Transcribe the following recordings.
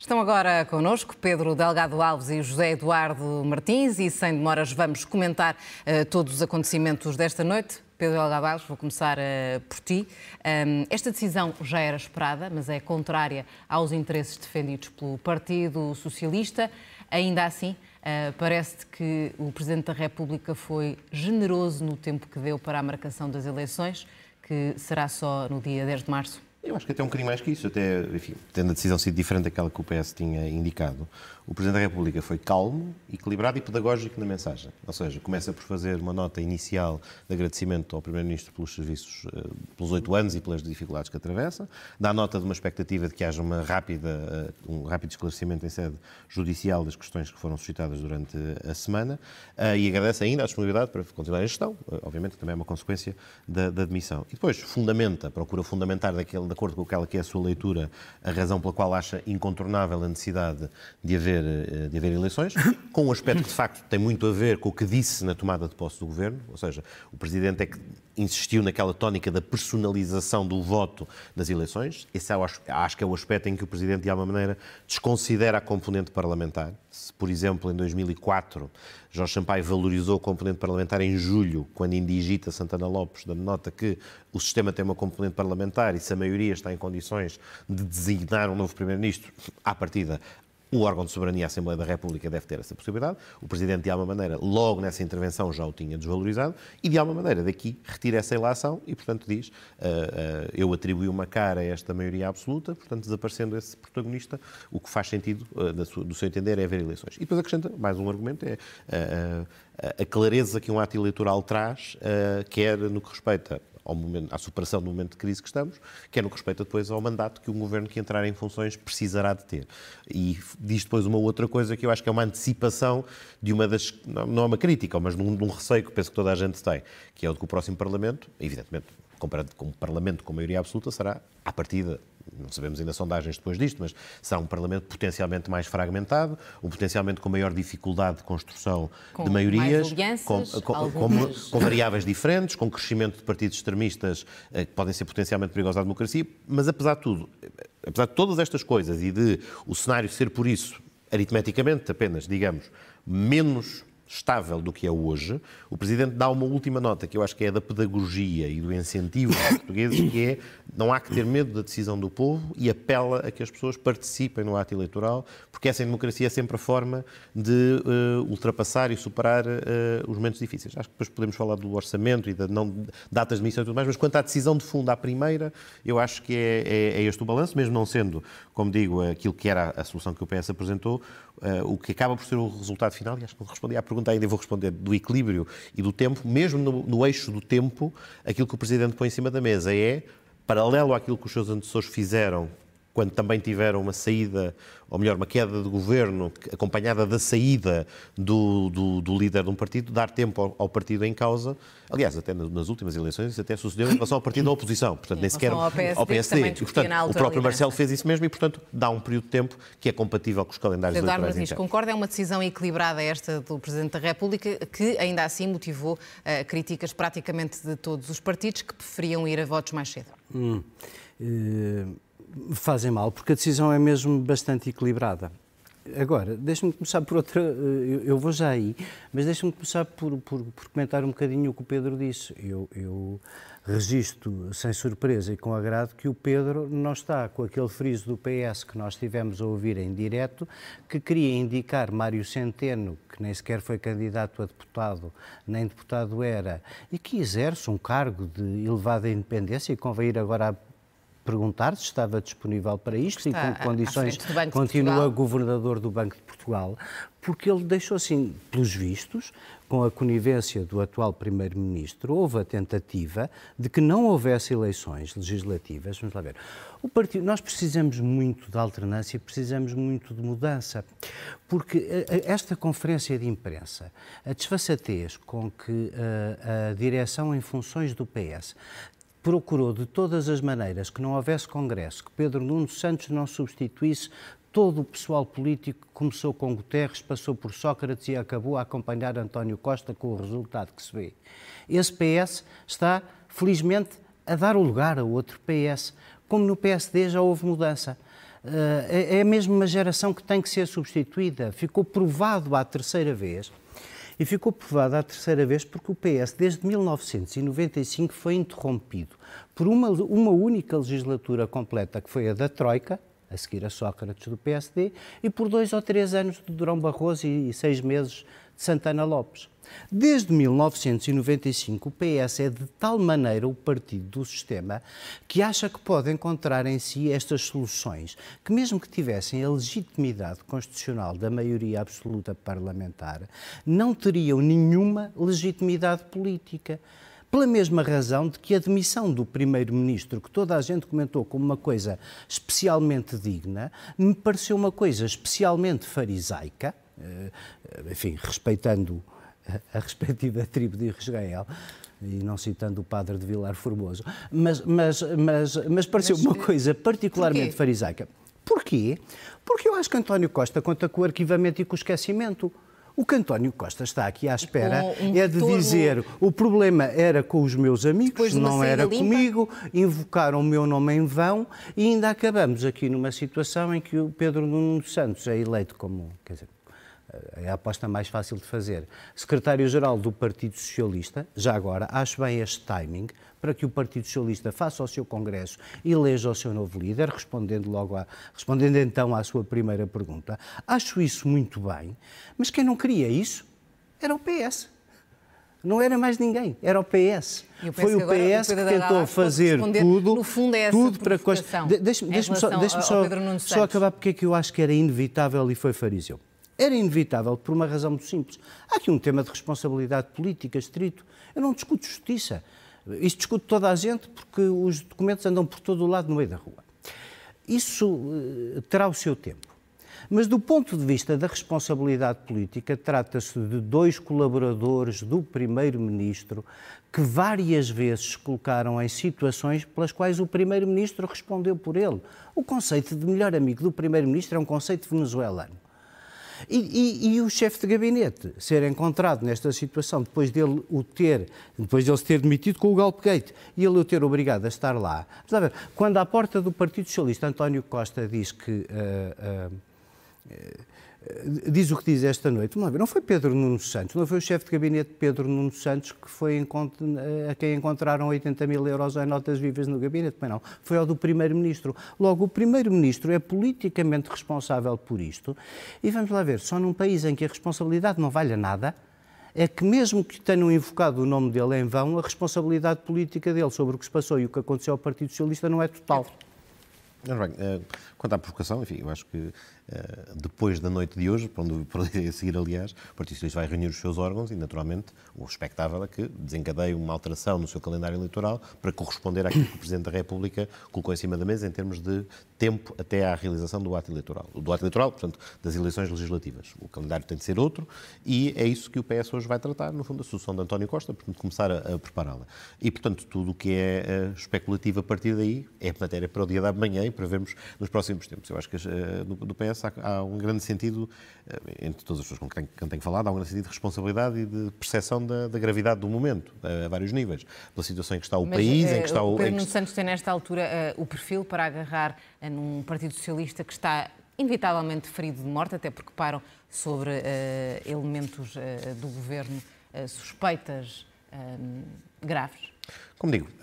Estão agora connosco Pedro Delgado Alves e José Eduardo Martins e sem demoras vamos comentar todos os acontecimentos desta noite. Pedro Delgado Alves, vou começar por ti. Esta decisão já era esperada, mas é contrária aos interesses defendidos pelo Partido Socialista. Ainda assim, parece que o Presidente da República foi generoso no tempo que deu para a marcação das eleições, que será só no dia 10 de março. Eu acho que até um bocadinho mais que isso, até, enfim, tendo a decisão sido diferente daquela que o PS tinha indicado, o Presidente da República foi calmo, equilibrado e pedagógico na mensagem. Ou seja, começa por fazer uma nota inicial de agradecimento ao Primeiro-Ministro pelos serviços, pelos 8 anos e pelas dificuldades que atravessa, dá nota de uma expectativa de que haja um rápido esclarecimento em sede judicial das questões que foram suscitadas durante a semana e agradece ainda a disponibilidade para continuar a gestão, obviamente que também é uma consequência da demissão. E depois procura fundamentar de acordo com aquela que é a sua leitura, a razão pela qual acha incontornável a necessidade de haver eleições, com um aspecto que, de facto, tem muito a ver com o que disse na tomada de posse do Governo, ou seja, o Presidente é que insistiu naquela tónica da personalização do voto nas eleições. Esse acho que é o aspecto em que o Presidente, de alguma maneira, desconsidera a componente parlamentar. Se, por exemplo, em 2004, Jorge Sampaio valorizou a componente parlamentar em julho, quando indigita Santana Lopes, dando nota que o sistema tem uma componente parlamentar e se a maioria está em condições de designar um novo Primeiro-Ministro, à partida, o órgão de soberania, a Assembleia da República, deve ter essa possibilidade. O Presidente, de alguma maneira, logo nessa intervenção já o tinha desvalorizado e, de alguma maneira, daqui retira essa ilação e, portanto, diz eu atribuí uma cara a esta maioria absoluta, portanto, desaparecendo esse protagonista, o que faz sentido, do seu entender, é haver eleições. E depois acrescenta mais um argumento, é a clareza que um ato eleitoral traz, quer no que respeita à superação do momento de crise que estamos, quer no que respeita depois ao mandato que um governo que entrar em funções precisará de ter. E diz depois uma outra coisa que eu acho que é uma antecipação de uma das, não é uma crítica, mas de um receio que penso que toda a gente tem, que é o de que o próximo Parlamento, evidentemente, comparado com um Parlamento com maioria absoluta, será, à partida, não sabemos ainda sondagens depois disto, mas será um Parlamento potencialmente mais fragmentado, potencialmente com maior dificuldade de construção de maiorias, com variáveis diferentes, com crescimento de partidos extremistas que podem ser potencialmente perigosos à democracia, mas apesar de tudo, apesar de todas estas coisas e de o cenário ser por isso, aritmeticamente apenas, digamos, menos estável do que é hoje, o Presidente dá uma última nota, que eu acho que é da pedagogia e do incentivo aos portugueses, que é não há que ter medo da decisão do povo e apela a que as pessoas participem no ato eleitoral, porque essa em democracia é sempre a forma de ultrapassar e superar os momentos difíceis. Acho que depois podemos falar do orçamento e datas de missão e tudo mais, mas quanto à decisão de fundo, à primeira, eu acho que é este o balanço, mesmo não sendo, como digo, aquilo que era a solução que o PS apresentou, o que acaba por ser o resultado final, e acho que não respondi à pergunta ainda, vou responder, do equilíbrio e do tempo, mesmo no eixo do tempo, aquilo que o Presidente põe em cima da mesa é, paralelo àquilo que os seus antecessores fizeram, quando também tiveram uma saída, ou melhor, uma queda de governo acompanhada da saída do líder de um partido, dar tempo ao partido em causa. Aliás, até nas últimas eleições isso até sucedeu em relação ao partido da oposição, portanto, nem sequer ao PSD. E, portanto, o próprio Marcelo fez isso mesmo e, portanto, dá um período de tempo que é compatível com os calendários eleitorais internos. Concorda? É uma decisão equilibrada esta do Presidente da República que, ainda assim, motivou críticas praticamente de todos os partidos que preferiam ir a votos mais cedo. Fazem mal, porque a decisão é mesmo bastante equilibrada. Agora, deixa-me começar por outra... Eu vou já aí, mas deixa-me começar por comentar um bocadinho o que o Pedro disse. Eu registro sem surpresa e com agrado que o Pedro não está com aquele friso do PS que nós tivemos a ouvir em direto, que queria indicar Mário Centeno, que nem sequer foi candidato a deputado, nem deputado era, e que exerce um cargo de elevada independência, e convém ir agora a perguntar se estava disponível para isto e com que condições continua governador do Banco de Portugal, porque ele deixou assim, pelos vistos, com a conivência do atual Primeiro-Ministro, houve a tentativa de que não houvesse eleições legislativas. Vamos lá ver. Nós precisamos muito de alternância, precisamos muito de mudança, porque esta conferência de imprensa, a desfaçatez com que a direção em funções do PS procurou de todas as maneiras que não houvesse Congresso, que Pedro Nuno Santos não substituísse todo o pessoal político que começou com Guterres, passou por Sócrates e acabou a acompanhar António Costa com o resultado que se vê. Esse PS está, felizmente, a dar o lugar a outro PS. Como no PSD já houve mudança. é mesmo uma geração que tem que ser substituída. Ficou provado à terceira vez. E ficou provado à terceira vez porque o PS, desde 1995, foi interrompido por uma única legislatura completa, que foi a da Troika, a seguir a Sócrates do PSD, e por 2 ou 3 anos de Durão Barroso e 6 meses de Santana Lopes. Desde 1995, o PS é de tal maneira o partido do sistema que acha que pode encontrar em si estas soluções, que mesmo que tivessem a legitimidade constitucional da maioria absoluta parlamentar, não teriam nenhuma legitimidade política. Pela mesma razão de que a demissão do primeiro-ministro, que toda a gente comentou como uma coisa especialmente digna, me pareceu uma coisa especialmente farisaica, enfim, respeitando a respectiva tribo de Israel, e não citando o padre de Vilar Formoso, mas pareceu uma coisa particularmente farisaica. Porquê? Porque eu acho que António Costa conta com o arquivamento e com o esquecimento. O que António Costa está aqui à espera é de dizer o problema era com os meus amigos, não era comigo, invocaram o meu nome em vão e ainda acabamos aqui numa situação em que o Pedro Nuno Santos é eleito como, quer dizer, é a aposta mais fácil de fazer, secretário-geral do Partido Socialista. Já agora, acho bem este timing para que o Partido Socialista faça o seu congresso e eleja o seu novo líder, respondendo então à sua primeira pergunta. Acho isso muito bem, mas quem não queria isso era o PS. Não era mais ninguém, era o PS. Foi o PS que tentou fazer tudo para Costa. Deixe-me só acabar porque é que eu acho que era inevitável e foi fariseu. Era inevitável por uma razão muito simples. Há aqui um tema de responsabilidade política estrito. Eu não discuto justiça. Isto discute toda a gente porque os documentos andam por todo o lado no meio da rua. Isso terá o seu tempo. Mas do ponto de vista da responsabilidade política, trata-se de 2 colaboradores do Primeiro-Ministro que várias vezes se colocaram em situações pelas quais o Primeiro-Ministro respondeu por ele. O conceito de melhor amigo do Primeiro-Ministro é um conceito venezuelano. E o chefe de gabinete ser encontrado nesta situação, depois dele se ter demitido com o Galpegate e ele o ter obrigado a estar lá. Quando à porta do Partido Socialista António Costa diz que diz o que diz esta noite, não foi Pedro Nuno Santos, não foi o chefe de gabinete Pedro Nuno Santos que foi a quem encontraram 80 mil euros em notas vivas no gabinete, mas não, foi ao do Primeiro-Ministro. Logo, o Primeiro-Ministro é politicamente responsável por isto e vamos lá ver, só num país em que a responsabilidade não valha nada, é que mesmo que tenham invocado o nome dele em vão, a responsabilidade política dele sobre o que se passou e o que aconteceu ao Partido Socialista não é total. Quanto à provocação, enfim, eu acho que depois da noite de hoje, para onde a seguir, aliás, o Partido Socialista vai reunir os seus órgãos e, naturalmente, o expectável é que desencadeie uma alteração no seu calendário eleitoral para corresponder àquilo que o Presidente da República colocou em cima da mesa em termos de tempo até à realização do ato eleitoral. Do ato eleitoral, portanto, das eleições legislativas. O calendário tem de ser outro e é isso que o PS hoje vai tratar, no fundo, a sucessão de António Costa, portanto, começar a prepará-la. E, portanto, tudo o que é especulativo a partir daí é matéria para o dia da amanhã e para vermos nos próximos tempos. Eu acho que do PS há um grande sentido, entre todas as pessoas com quem tenho falado, há um grande sentido de responsabilidade e de percepção da gravidade do momento, a vários níveis. Pela situação em que está o país, em que está o... Pedro Nuno Santos tem nesta altura o perfil para agarrar num Partido Socialista que está inevitavelmente ferido de morte, até porque param sobre elementos do governo suspeitas graves. Como digo,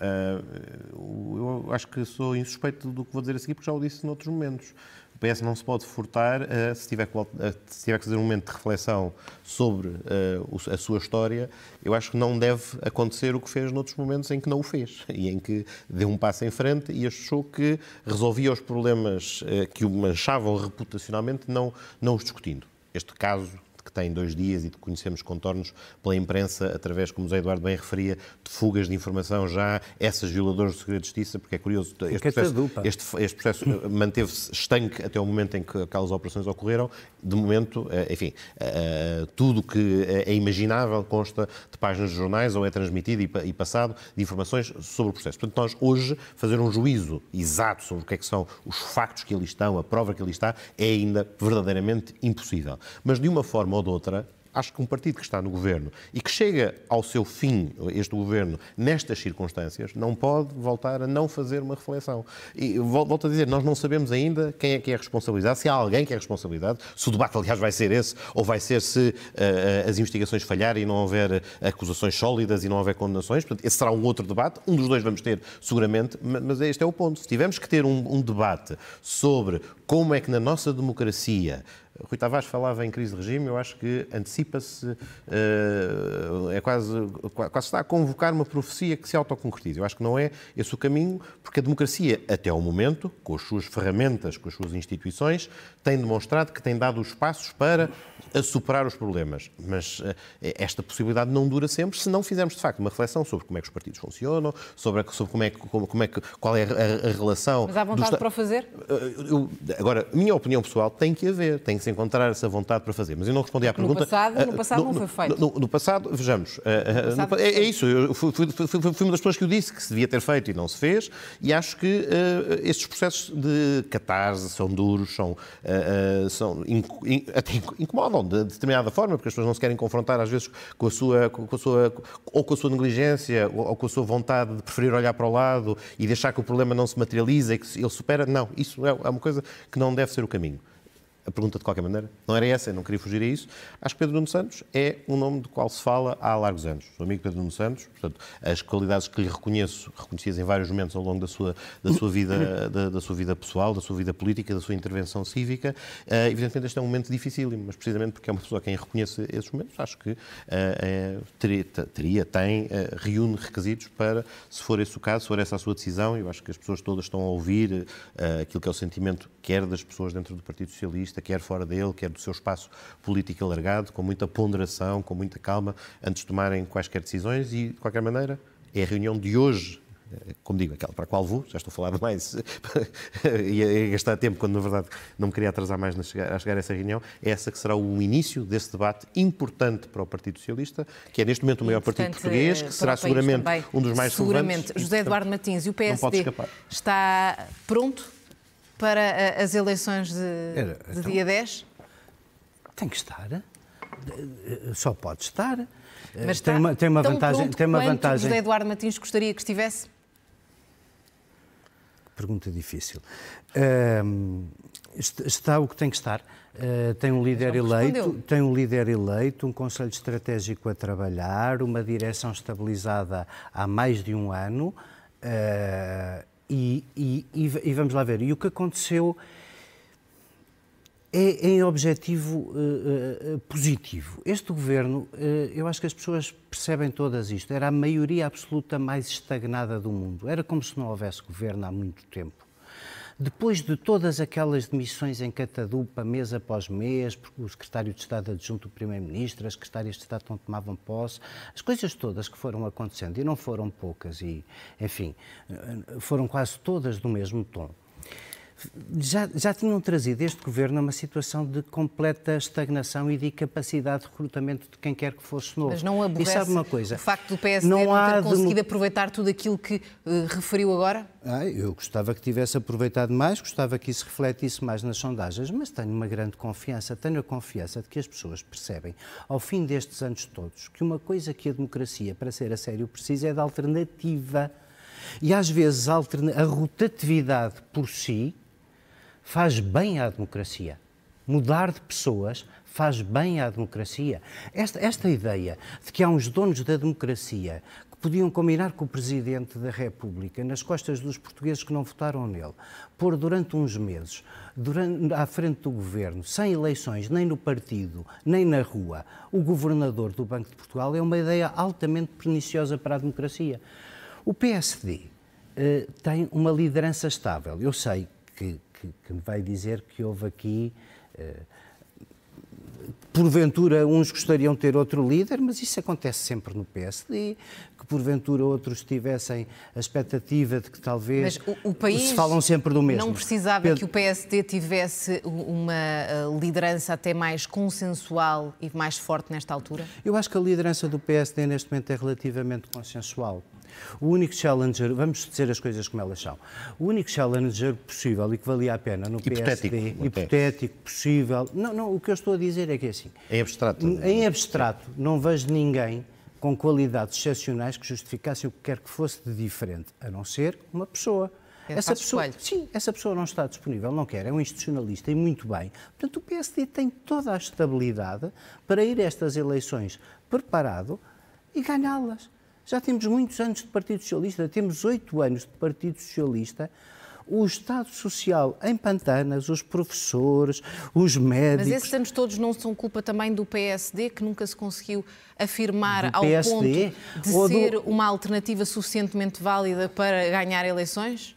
eu acho que sou insuspeito do que vou dizer a seguir, porque já o disse noutros momentos. O PS não se pode furtar, se tiver que fazer um momento de reflexão sobre a sua história, eu acho que não deve acontecer o que fez noutros momentos em que não o fez e em que deu um passo em frente e achou que resolvia os problemas que o manchavam reputacionalmente, não os discutindo. Este caso que tem 2 dias e que conhecemos contornos pela imprensa, através, como o José Eduardo bem referia, de fugas de informação já, essas violadoras do segredo de justiça, porque é curioso, este processo manteve-se estanque até o momento em que aquelas operações ocorreram. De momento, enfim, tudo que é imaginável consta de páginas de jornais ou é transmitido e passado de informações sobre o processo. Portanto, nós hoje fazer um juízo exato sobre o que é que são os factos que ali estão, a prova que ali está, é ainda verdadeiramente impossível. Mas de uma forma ou de outra, acho que um partido que está no governo e que chega ao seu fim, este governo, nestas circunstâncias, não pode voltar a não fazer uma reflexão. E volto a dizer, nós não sabemos ainda quem é responsabilizado, se há alguém que é responsabilidade, se o debate, aliás, vai ser esse, ou vai ser se as investigações falharem e não houver acusações sólidas e não houver condenações. Portanto, esse será um outro debate, um dos dois vamos ter seguramente, mas este é o ponto. Se tivermos que ter um debate sobre como é que na nossa democracia, Rui Tavares falava em crise de regime, eu acho que antecipa-se, quase está a convocar uma profecia que se autoconcretiza. Eu acho que não é esse o caminho, porque a democracia, até ao momento, com as suas ferramentas, com as suas instituições, tem demonstrado que tem dado os passos para superar os problemas. Mas esta possibilidade não dura sempre se não fizermos, de facto, uma reflexão sobre como é que os partidos funcionam, sobre qual é a relação... Mas há vontade para o fazer? Agora, a minha opinião pessoal tem que haver, tem que se encontrar essa vontade para fazer. Mas eu não respondi à pergunta... No passado não foi feito. No passado, vejamos, é isso. Eu fui uma das pessoas que o disse que se devia ter feito e não se fez, e acho que estes processos de catarse são duros, até incomodam de determinada forma, porque as pessoas não se querem confrontar às vezes com a sua negligência ou com a sua vontade de preferir olhar para o lado e deixar que o problema não se materializa e que ele supera. Não, isso é uma coisa que não deve ser o caminho. A pergunta, de qualquer maneira, não era essa, eu não queria fugir a isso. Acho que Pedro Nuno Santos é um nome do qual se fala há largos anos. Sou amigo de Pedro Nuno Santos, portanto, as qualidades que lhe reconhecidas em vários momentos ao longo da sua vida pessoal, da sua vida política, da sua intervenção cívica. Evidentemente, este é um momento dificílimo, mas precisamente porque é uma pessoa a quem reconhece esses momentos, acho que reúne requisitos para, se for esse o caso, se for essa a sua decisão, eu acho que as pessoas todas estão a ouvir aquilo que é o sentimento, quer das pessoas dentro do Partido Socialista, quer fora dele, quer do seu espaço político alargado, com muita ponderação, com muita calma, antes de tomarem quaisquer decisões e, de qualquer maneira, é a reunião de hoje, como digo, aquela para a qual vou, já estou a falar demais e a gastar tempo, quando na verdade não me queria atrasar mais a chegar a essa reunião, é essa que será o início desse debate importante para o Partido Socialista, que é neste momento o maior partido português, que será seguramente um dos mais relevantes. José Eduardo Martins, e o PSD está pronto para as eleições de dia 10? Tem que estar. Só pode estar. Mas tem uma vantagem. José Eduardo Martins gostaria que estivesse? Pergunta difícil. Está o que tem que estar. Tem um líder eleito, um conselho estratégico a trabalhar, uma direção estabilizada há mais de um ano. E vamos lá ver. E o que aconteceu é em objetivo positivo. Este governo, eu acho que as pessoas percebem todas isto, era a maioria absoluta mais estagnada do mundo. Era como se não houvesse governo há muito tempo. Depois de todas aquelas demissões em catadupa, mês após mês, porque o secretário de Estado adjunto do Primeiro-Ministro, as secretárias de Estado não tomavam posse, as coisas todas que foram acontecendo, e não foram poucas, e, enfim, foram quase todas do mesmo tom, já tinham trazido este governo a uma situação de completa estagnação e de incapacidade de recrutamento de quem quer que fosse novo. Mas não aborrece sabe uma coisa? O facto do PSD não ter conseguido aproveitar tudo aquilo que referiu agora? Eu gostava que tivesse aproveitado mais, gostava que isso refletisse mais nas sondagens, mas tenho uma grande confiança, tenho a confiança de que as pessoas percebem, ao fim destes anos todos, que uma coisa que a democracia, para ser a sério, precisa é de alternativa. E às vezes a rotatividade por si faz bem à democracia. Mudar de pessoas faz bem à democracia. Esta ideia de que há uns donos da democracia que podiam combinar com o Presidente da República nas costas dos portugueses que não votaram nele, pôr durante uns meses, à frente do Governo, sem eleições, nem no partido, nem na rua, o Governador do Banco de Portugal, é uma ideia altamente perniciosa para a democracia. O PSD tem uma liderança estável. Eu sei que me vai dizer que houve aqui, porventura, uns gostariam de ter outro líder, mas isso acontece sempre no PSD, que porventura outros tivessem a expectativa de que talvez... Mas o país se falam sempre do mesmo. Não precisava que o PSD tivesse uma liderança até mais consensual e mais forte nesta altura? Eu acho que a liderança do PSD neste momento é relativamente consensual. O único challenger, vamos dizer as coisas como elas são, o único challenger possível e que valia a pena no PSD, hipotético, possível, não, o que eu estou a dizer é que é assim, em abstrato não vejo ninguém com qualidades excepcionais que justificassem o que quer que fosse de diferente, a não ser uma pessoa. Essa pessoa não está disponível, não quer, é um institucionalista e muito bem. Portanto, o PSD tem toda a estabilidade para ir a estas eleições preparado e ganhá-las. Já temos muitos anos de Partido Socialista, temos 8 anos de Partido Socialista. O Estado Social em pantanas, os professores, os médicos... Mas esses anos todos não são culpa também do PSD, que nunca se conseguiu afirmar ao ponto de ser uma alternativa suficientemente válida para ganhar eleições?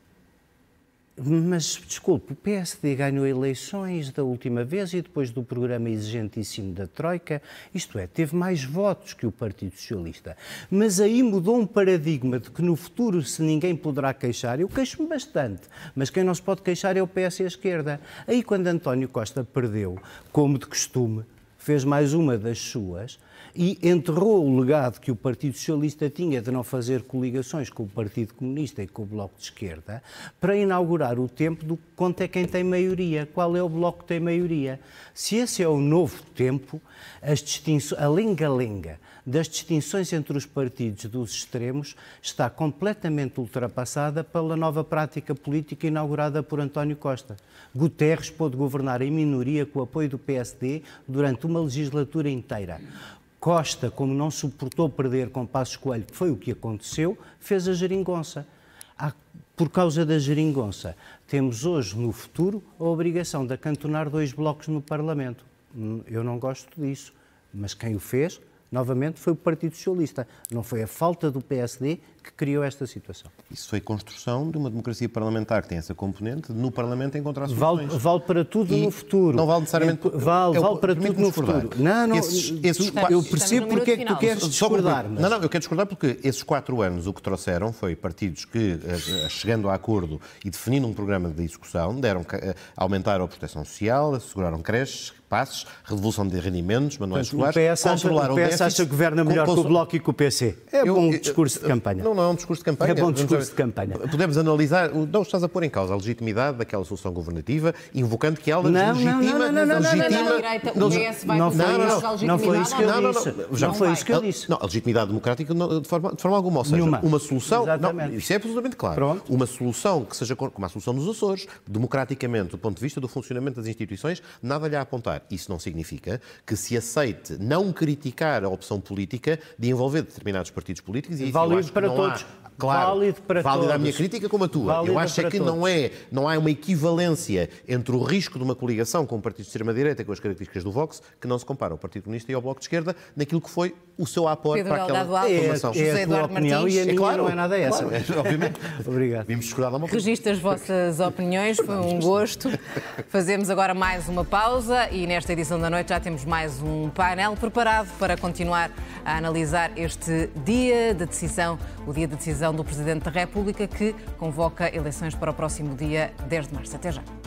Mas, desculpe, o PSD ganhou eleições da última vez e depois do programa exigentíssimo da Troika, isto é, teve mais votos que o Partido Socialista. Mas aí mudou um paradigma de que no futuro, se ninguém poderá queixar, eu queixo-me bastante, mas quem não se pode queixar é o PS e a esquerda. Aí quando António Costa perdeu, como de costume, fez mais uma das suas e enterrou o legado que o Partido Socialista tinha de não fazer coligações com o Partido Comunista e com o Bloco de Esquerda para inaugurar o tempo do quanto é quem tem maioria, qual é o Bloco que tem maioria. Se esse é o novo tempo, a lenga-lenga das distinções entre os partidos dos extremos está completamente ultrapassada pela nova prática política inaugurada por António Costa. Guterres pôde governar em minoria com o apoio do PSD durante uma legislatura inteira. Costa, como não suportou perder com Passos Coelho, que foi o que aconteceu, fez a geringonça. Por causa da geringonça, temos hoje, no futuro, a obrigação de acantonar 2 blocos no Parlamento. Eu não gosto disso, mas quem o fez, novamente, foi o Partido Socialista. Não foi a falta do PSD que criou esta situação. Isso foi construção de uma democracia parlamentar que tem essa componente de, no Parlamento, encontrar soluções. Vale para tudo no futuro. Não vale necessariamente... Vale para tudo no futuro. Não, eu percebo porque é que tu queres discordar. Mas... Não, eu quero discordar porque esses 4 anos o que trouxeram foi partidos que, chegando a acordo e definindo um programa de execução, aumentaram a proteção social, asseguraram creches, passes, revolução de rendimentos, manuais escolares, controlaram o déficit... O PS acha que governa melhor que o Bloco e que o PC. É bom discurso de campanha. Não é um discurso de campanha. É bom discurso de campanha. Podemos analisar... Não estás a pôr em causa a legitimidade daquela solução governativa, invocando que ela legitima... Não foi isso que eu disse. Não foi isso que eu disse. Não, a legitimidade democrática de forma alguma. Ou seja, uma solução... Exatamente. Não, isso é absolutamente claro. Pronto. Uma solução que seja como a solução dos Açores, democraticamente, do ponto de vista do funcionamento das instituições, nada lhe a apontar. Isso não significa que se aceite não criticar a opção política de envolver determinados partidos políticos e válido para todos. Claro, válida a minha crítica como a tua. Válida eu acho que não há uma equivalência entre o risco de uma coligação com o partido de extrema-direita, com as características do Vox, que não se compara ao Partido Comunista e ao Bloco de Esquerda, naquilo que foi o seu apoio para aquela formação. É a tua opinião e a minha não é nada essa. Claro, obviamente. Obrigado. Vimos discordar de uma Regista as vossas opiniões, foi um gosto. Fazemos agora mais uma pausa e nesta edição da noite já temos mais um painel preparado para continuar a analisar este dia de decisão, o dia de decisão do Presidente da República, que convoca eleições para o próximo dia 10 de março. Até já.